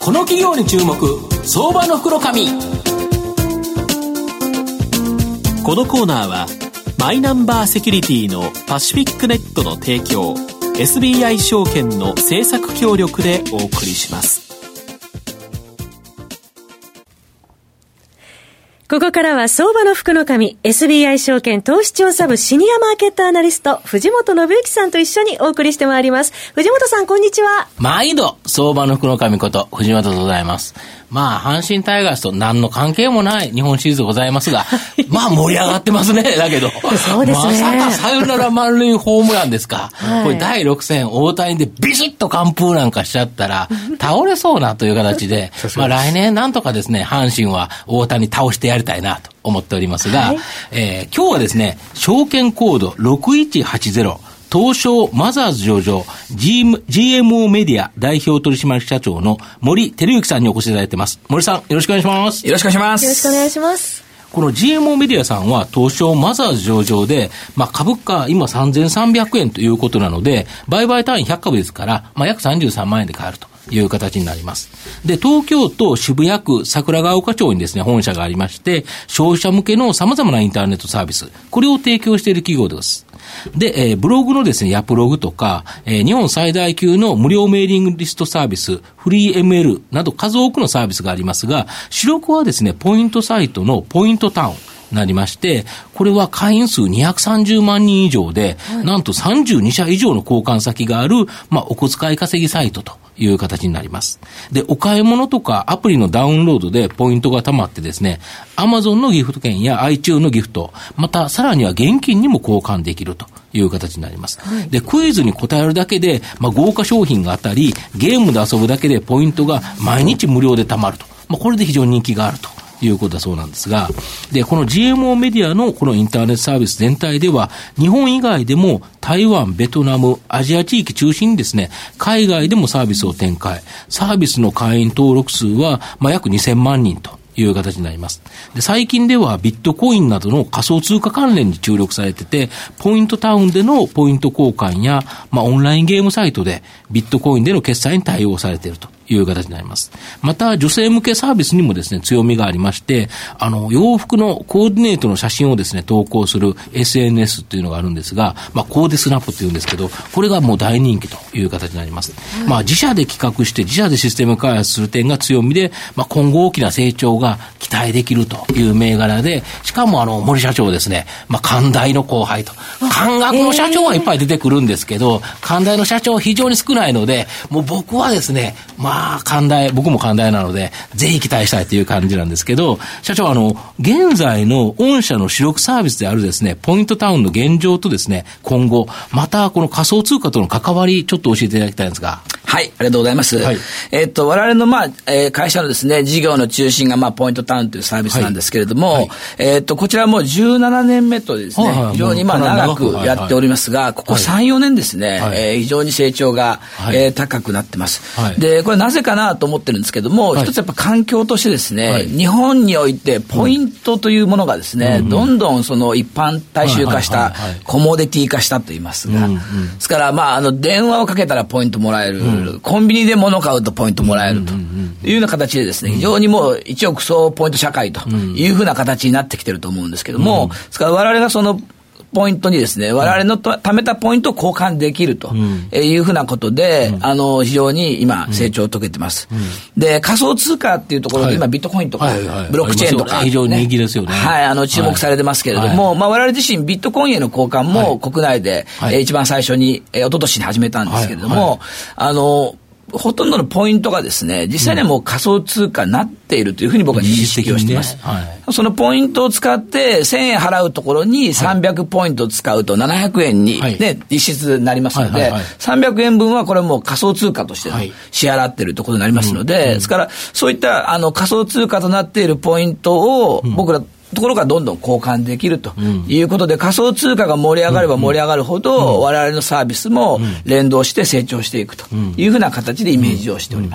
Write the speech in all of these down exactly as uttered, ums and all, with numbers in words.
この企業に注目、相場の袋紙。このコーナーはマイナンバーセキュリティのパシフィックネットの提供、 エスビーアイ 証券の政策協力でお送りします。 ここからは相場の福の神 エスビーアイ 証券投資調査部シニアマーケットアナリスト藤本信之さんと一緒にお送りしてまいります。藤本さん、こんにちは。 毎度相場の福の神こと藤本でございます。まあ阪神タイガースと何の関係もない日本シリーズでございますがまあ盛り上がってますね。だけどそうですね、 まさかサヨナラ満塁ホームランですか、はい、これだいろく戦大谷でビシッと完封なんかしちゃったら倒れそうなという形でまあ来年なんとかですね阪神は大谷倒してやりたいなと思っておりますが、はい、えー、今日はですね証券コードろくいちはちゼロ東証マザーズ上場 ジーエムオー メディア代表取締役社長の森照之さんにお越しいただいています。森さん、よろしくお願いします。 よろしくお願いします。 よろしくお願いします。 この ジーエムオー メディアさんは東証マザーズ上場で、まあ、株価今さんぜんさんびゃくえんということなので売買単位ひゃっかぶですから、まあ、約さんじゅうさんまんえんで買えるという形になります。で、東京都渋谷区桜ヶ丘町にですね本社がありまして、消費者向けの様々なインターネットサービス、これを提供している企業です。で、えー、ブログのですね、ヤプログとか、えー、日本最大級の無料メーリングリストサービス、フリー エムエル など数多くのサービスがありますが、主力はですね、ポイントサイトのポイントタウンなりまして、これは会員数にひゃくさんじゅうまんにん以上で、はい、なんとさんじゅうにしゃ以上の交換先がある、まあ、お小遣い稼ぎサイトという形になります。で、お買い物とかアプリのダウンロードでポイントが貯まってですね、Amazon のギフト券や iTunes のギフト、またさらには現金にも交換できるという形になります。はい、で、クイズに答えるだけで、まあ、豪華商品が当たり、ゲームで遊ぶだけでポイントが毎日無料で貯まると。まあ、これで非常に人気があるということだそうなんですが、で、この ジーエムオー メディアのこのインターネットサービス全体では、日本以外でも台湾、ベトナム、アジア地域中心にですね、海外でもサービスを展開。サービスの会員登録数は、まあ、約にせんまんにんという形になります。で、最近ではビットコインなどの仮想通貨関連に注力されてて、ポイントタウンでのポイント交換や、まあ、オンラインゲームサイトでビットコインでの決済に対応されているという形になります。また、女性向けサービスにもですね、強みがありまして、あの、洋服のコーディネートの写真をですね、投稿する エスエヌエス っていうのがあるんですが、まあ、コーデスナップっていうんですけど、これがもう大人気という形になります。うん、まあ、自社で企画して自社でシステム開発する点が強みで、まあ、今後大きな成長が期待できるという銘柄で、しかもあの、森社長ですね、まあ、関大の後輩と、関学の社長はいっぱい出てくるんですけど、関大の社長非常に少ないので、もう僕はですね、まあ、まあ、関大、僕も関大なので、ぜひ期待したいという感じなんですけど、社長、あの、現在の御社の主力サービスであるですね、ポイントタウンの現状とですね、今後、またこの仮想通貨との関わり、ちょっと教えていただきたいんですが。 はい、ありがとうございます。はい、えー、っと、我々の、まあ、えー、会社のですね、事業の中心が、まあ、ポイントタウンというサービスなんですけれども、はいはい、えー、っと、こちらもうじゅうななねんめとですね、はいはい、非常に、まあ、長くやっておりますが、はいはい、ここさん、よねんですね、はい、えー、非常に成長が、はい、えー、高くなってます。はい、で、これなぜかなと思ってるんですけども、はい、一つやっぱ環境としてですね、はい、日本においてポイントというものがですね、うん、どんどんその一般大衆化した、コモディティ化したと言いますが、うんうん、ですから、まあ、あの、電話をかけたらポイントもらえる、うん、コンビニで物を買うとポイントもらえるというような形でですね、非常にもう一億総ポイント社会というふうな形になってきてると思うんですけども、うん、ですから我々がそのポイントにですね、我々の貯めたポイントを交換できるというふうなことで、うん、あの、非常に今成長を遂げてます。うんうん、で、仮想通貨っていうところで、はい、今ビットコインとか、はいはい、ブロックチェーンとか、ね、 非常に人気ですよね。 はい、あの、注目されてますけれども、はい、まあ我々自身ビットコインへの交換も国内で、はい、一番最初に、えー、一昨年に始めたんですけれども、はいはい、あの、ほとんどのポイントがですね、実際にはもう仮想通貨になっているというふうに僕は認識をしています。ね、はい、そのポイントを使ってせんえん払うところにさんびゃくポイント使うとななひゃくえんに、ね、はい、実質になりますので、はいはいはい、さんびゃくえんぶんはこれもう仮想通貨として支払っているということになりますので、はい、うん、ですからそういったあの仮想通貨となっているポイントを僕ら、うん、ところがどんどん交換できるということで、うん、仮想通貨が盛り上がれば盛り上がるほど、うん、我々のサービスも連動して成長していくというふうな形でイメージをしております。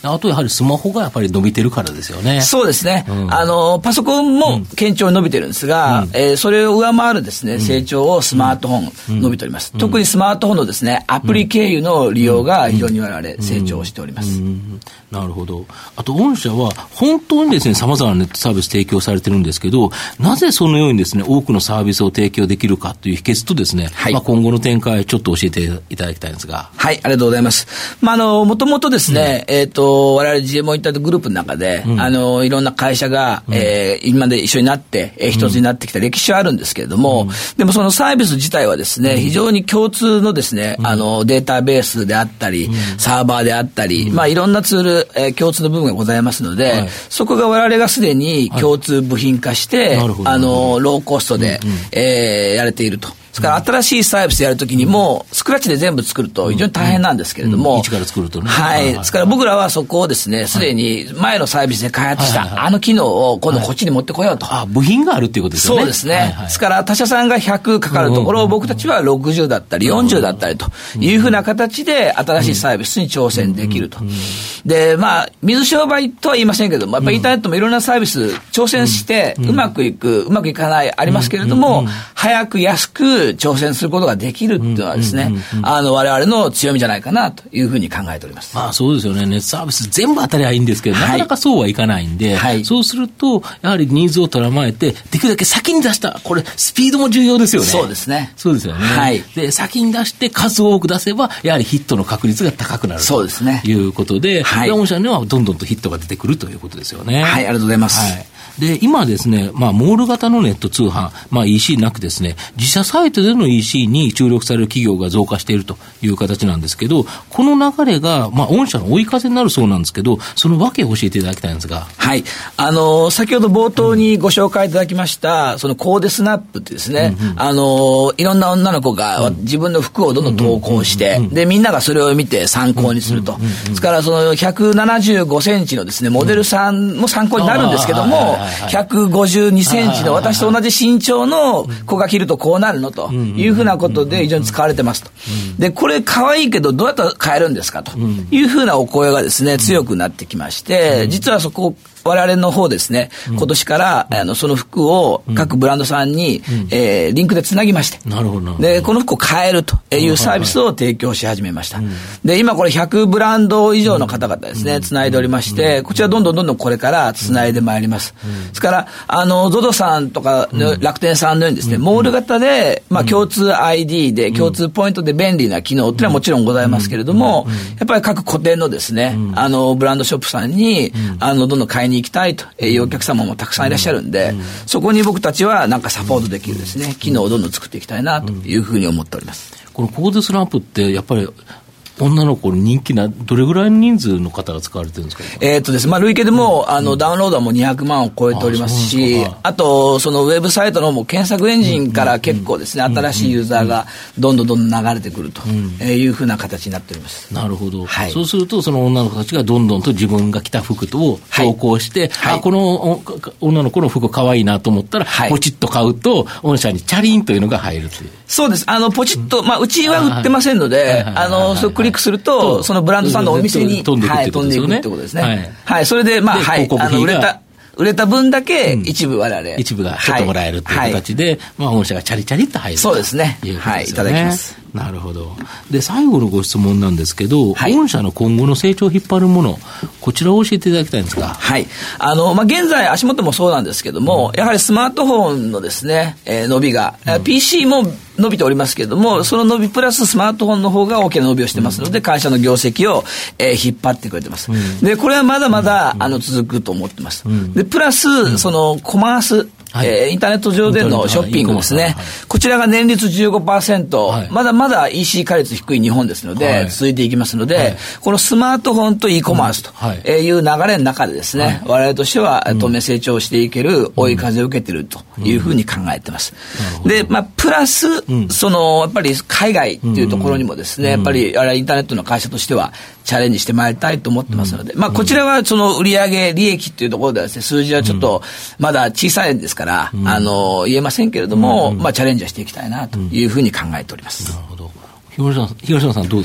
あとやはりスマホがやっぱり伸びてるからですよね。 そうですね。うん、あの、パソコンも堅調に伸びてるんですが、うんえー、それを上回るですね、成長をスマートフォン伸びております。うん、特にスマートフォンのですね、アプリ経由の利用が非常に我々成長しております。 うんうんうん、なるほど。あと、御社は本当にですね、様々なネットサービス提供されてるんですけど、なぜそのようにですね、多くのサービスを提供できるかという秘訣とですね、はいまあ、今後の展開ちょっと教えていただきたいんですが。 はい、ありがとうございます。まあ、あの、もともとですね、うん、えっ、ー、と、我々 ジーエムオー インターネットグループの中で、うん、あの、いろんな会社が、うん、えー、今まで一緒になって、えー、一つになってきた歴史はあるんですけれども、うん、でもそのサービス自体はですね、非常に共通のですね、うん、あの、データベースであったり、うん、サーバーであったり、うん、まあ、いろんなツール、えー、共通の部分がございますので、はい、そこが我々がすでに共通部品化して、はい、あの、ローコストで、うんうんえー、やれていると。ですから新しいサービスやるときにも、スクラッチで全部作ると非常に大変なんですけれども、 うんうん、一から作るとね。 はい。ですから僕らはそこをですね、すでに前のサービスで開発したあの機能を今度こっちに持ってこようと。 はい、あ、部品があるっていうことですよね。 そうですね。はいはい、ですから他社さんがひゃくかかるところを僕たちはろくじゅうだったりよんじゅうだったりというふうな形で新しいサービスに挑戦できると。で、まあ、水商売とは言いませんけれども、やっぱりインターネットもいろんなサービス挑戦してうまくいく、うまくいかないありますけれども、早く安く挑戦することができるっていうのはですね、あの我々の強みじゃないかなというふうに考えております。 まあそうですよね。ネットサービス全部当たりゃいいんですけど、はい、なかなかそうはいかないんで、はい、そうするとやはりニーズを捉まえてできるだけ先に出したこれスピードも重要ですよね。 そうですね。 そうですよね。はい。で先に出して数を多く出せばやはりヒットの確率が高くなるそうですね。 ということで、はい、御社にはどんどんとヒットが出てくるということですよね。 はい、ありがとうございます。 はい。で、今ですね、まあ、モール型のネット通販、まあ、イーシー なくですね、自社サイトでの イーシー に注力される企業が増加しているという形なんですけど、この流れが、まあ、御社の追い風になるそうなんですけど、その訳を教えていただきたいんですが。 はい。あの、先ほど冒頭にご紹介いただきました、うん、そのコーデスナップってですね、うんうん、あの、いろんな女の子が自分の服をどんどん投稿して、で、みんながそれを見て参考にすると。ですから、そのひゃくななじゅうごセンチのですね、モデルさんも参考になるんですけども、ひゃくごじゅうにセンチの私と同じ身長の子が着るとこうなるのというふうなことで非常に使われてますと。で、これ可愛いけどどうやったら買えるんですかというふうなお声がですね、強くなってきまして、実はそこ我々の方ですね、うん、今年から、うん、あのその服を各ブランドさんに、うんえー、リンクでつなぎまして、 なるほどでこの服を買えるというサービスを提供し始めました。うん、で今これひゃくブランド以上の方々ですね、うん、つないでおりまして、うん、こちらどんどんどんどんこれからつないでまいります。うん、ですからあの ゾゾ さんとかの楽天さんのようにですね、うん、モール型で、まあ、共通 アイディー で、うん、共通ポイントで便利な機能っていうのはもちろんございますけれども、うんうん、やっぱり各個展のですね、うん、あのブランドショップさんに、うん、あのどんどん買いに行きたいというお客様もたくさんいらっしゃるんで、うん、そこに僕たちはなんかサポートできるですね、機能をどんどん作っていきたいなというふうに思っております。 このコーデスランプってやっぱり女の子に人気な、どれぐらいの人数の方が使われてるんですか？ えっとですね、まあ、累計でも、うん、あの、ダウンロードはもうにひゃくまんを超えておりますし、あ, あと、そのウェブサイトのもう検索エンジンから結構ですね、うん、新しいユーザーがどんどんどんどん流れてくるというふうな形になっております。 なるほど。はい、そうすると、その女の子たちがどんどんと自分が着た服を投稿して、はい、あ、この女の子の服可愛いなと思ったら、はい、ポチッと買うと、御社にチャリンというのが入るという。 そうです。あの、ポチッと、まあ、うちは売ってませんので、あの、それをクリックすると、そのブランドさんのお店に飛んでいくってことですよね。 はい、飛んでいくってことですね。はい。はい、それで、まあ、はい、あの、売れた、売れた分だけ一部我々、うん、 一部がちょっともらえるという形で、はい、まあ、御社がチャリチャリっと入るということですよね。 そうですね。はい、いただきます。 なるほど。で、最後のご質問なんですけど、はい、御社の今後の成長を引っ張るもの、こちらを教えていただきたいんですか？ はい。あの、まあ、現在、足元もそうなんですけども、うん、やはりスマートフォンのですね、えー、伸びが、うん、ピーシー も伸びておりますけれども、その伸びプラススマートフォンの方が大きな伸びをしてますので、うん、会社の業績を、えー、引っ張ってくれてます。うん、で、これはまだまだ、うん、あの、続くと思ってます。うん、で、プラス、うん、その、コマース、はい、えー、インターネット上でのショッピングですね。はい、こちらが年率 じゅうごパーセント、はい、まだまだ イーシー 化率低い日本ですので、はい、続いていきますので、はい、このスマートフォンと e コマースという流れの中でですね、はい、我々としては当面成長していける追い風を受けているというふうに考えてます。うん、で、まあ、プラス、うん、その、やっぱり海外っていうところにもですね、うん、やっぱり、あれインターネットの会社としてはチャレンジしてまいりたいと思ってますので、うん、まあ、こちらはその売上利益っていうところではですね、数字はちょっとまだ小さいんですから、うん、あの、言えませんけれども、うん、まあ、チャレンジはしていきたいなというふうに考えております。 なるほど。東野さん、東野さんどうですか？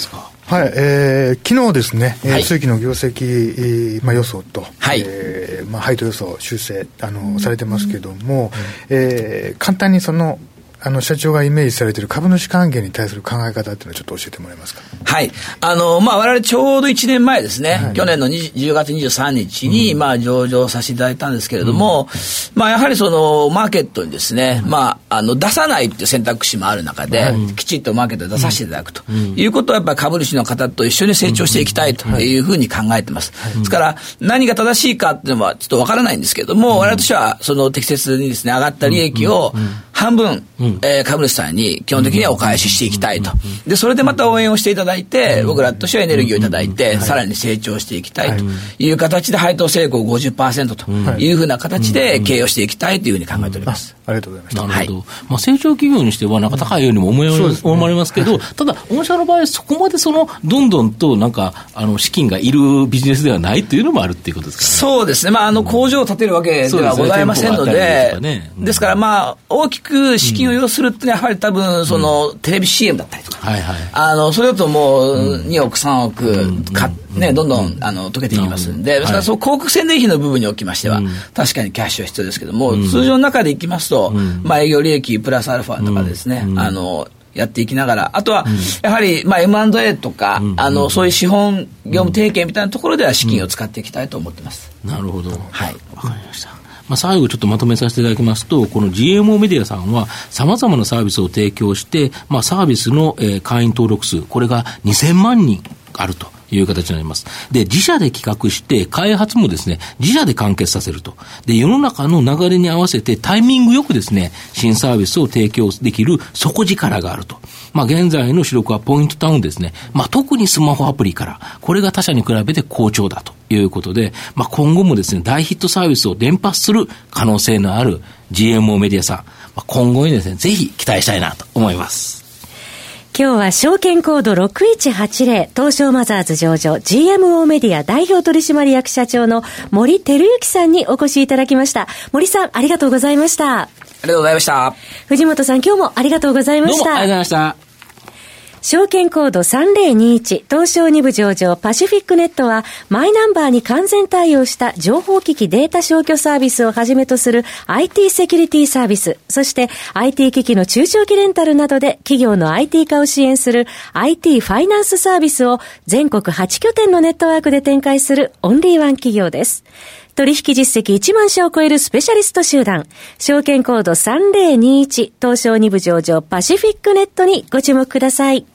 はい、えー、昨日ですね、はい、通期の業績、まあ、予想と、はい、えーまあ、配当予想修正あの、うん、されてますけども、うんえー、簡単にそのあの社長がイメージされている株主還元に対する考え方っていうのをちょっと教えてもらえますか。 はい。あの、まあ、我々ちょうどいちねんまえですね、はい、去年のじゅうがつにじゅうさんにちに、うん、まあ、上場させていただいたんですけれども、うん、まあ、やはりその、マーケットにですね、うん、まあ、あの、出さないっていう選択肢もある中で、うん、きちっとマーケットで出させていただくということは、やっぱり株主の方と一緒に成長していきたいというふうに考えてます。うん、ですから、何が正しいかっていうのはちょっとわからないんですけれども、うん、我々としては、その適切にですね、上がった利益を半分、うんえー、株主さんに基本的にはお返ししていきたいと。で、それでまた応援をしていただいて、僕らとしてはエネルギーをいただいて、さらに成長していきたいという形で、配当成功 ごじゅっパーセント というふうな形で経営をしていきたいというふうに考えております。 ありがとうございました。 なるほど。はいまあ、成長企業にしては、なんか高いようにも思い、うんね、思われますけど、ただ、御社の場合、そこまでその、どんどんと、なんか、あの、資金がいるビジネスではないというのもあるっていうことですかね。 そうですね。まあ、あの、工場を建てるわけではございませんので、で, ねで, うん、ですから、まあ、大きく資金を要するっていうのは、やはり多分、その、うん、テレビ シーエム だったりとか、はいはい、あの、それだともう、におく、さんおく、うん、かね、どんどん、あの、溶けていきますんで、ですから、その広告宣伝費の部分におきましては、うん、確かにキャッシュは必要ですけども、うん、通常の中でいきますと、うん、まあ、営業利益プラスアルファとかですね、うん、あの、やっていきながら、あとは、うん、やはり、まあ、エムアンドエー とか、うん、あの、そういう資本業務提携みたいなところでは資金を使っていきたいと思ってます。 うん、なるほど。 はい。 わかりました。まあ、最後ちょっとまとめさせていただきますと、この ジーエムオー メディアさんは様々なサービスを提供して、まあ、サービスの、えー、会員登録数、これがにせんまんにんあるという形になります。で、自社で企画して、開発もですね、自社で完結させると。で、世の中の流れに合わせてタイミングよくですね、新サービスを提供できる底力があると。まあ、現在の主力はポイントタウンですね。まあ、特にスマホアプリから、これが他社に比べて好調だということで、まあ、今後もですね、大ヒットサービスを連発する可能性のある ジーエムオー メディアさん、まあ、今後にですね、ぜひ期待したいなと思います。 今日は証券コードろくいちはちゼロ東証マザーズ上場 ジーエムオー メディア代表取締役社長の森照之さんにお越しいただきました。森さん、ありがとうございました。 ありがとうございました。 藤本さん、今日もありがとうございました。 どうもありがとうございました。 証券コードさんぜろにいち東証に部上場パシフィックネットはマイナンバーに完全対応した情報機器データ消去サービスをはじめとする アイティー セキュリティサービス、そして アイティー 機器の中長期レンタルなどで企業の アイティー 化を支援する アイティー ファイナンスサービスを全国はちきょてんのネットワークで展開するオンリーワン企業です。取引実績いちまんしゃを超えるスペシャリスト集団、証券コードさんぜろにいち東証に部上場パシフィックネットにご注目ください。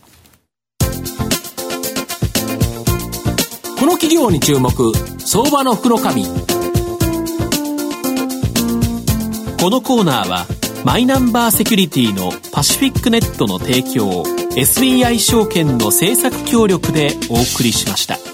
この企業に注目、相場の福の神。このコーナーはマイナンバーセキュリティのパシフィックネットの提供、エスビーアイ 証券の政策協力でお送りしました。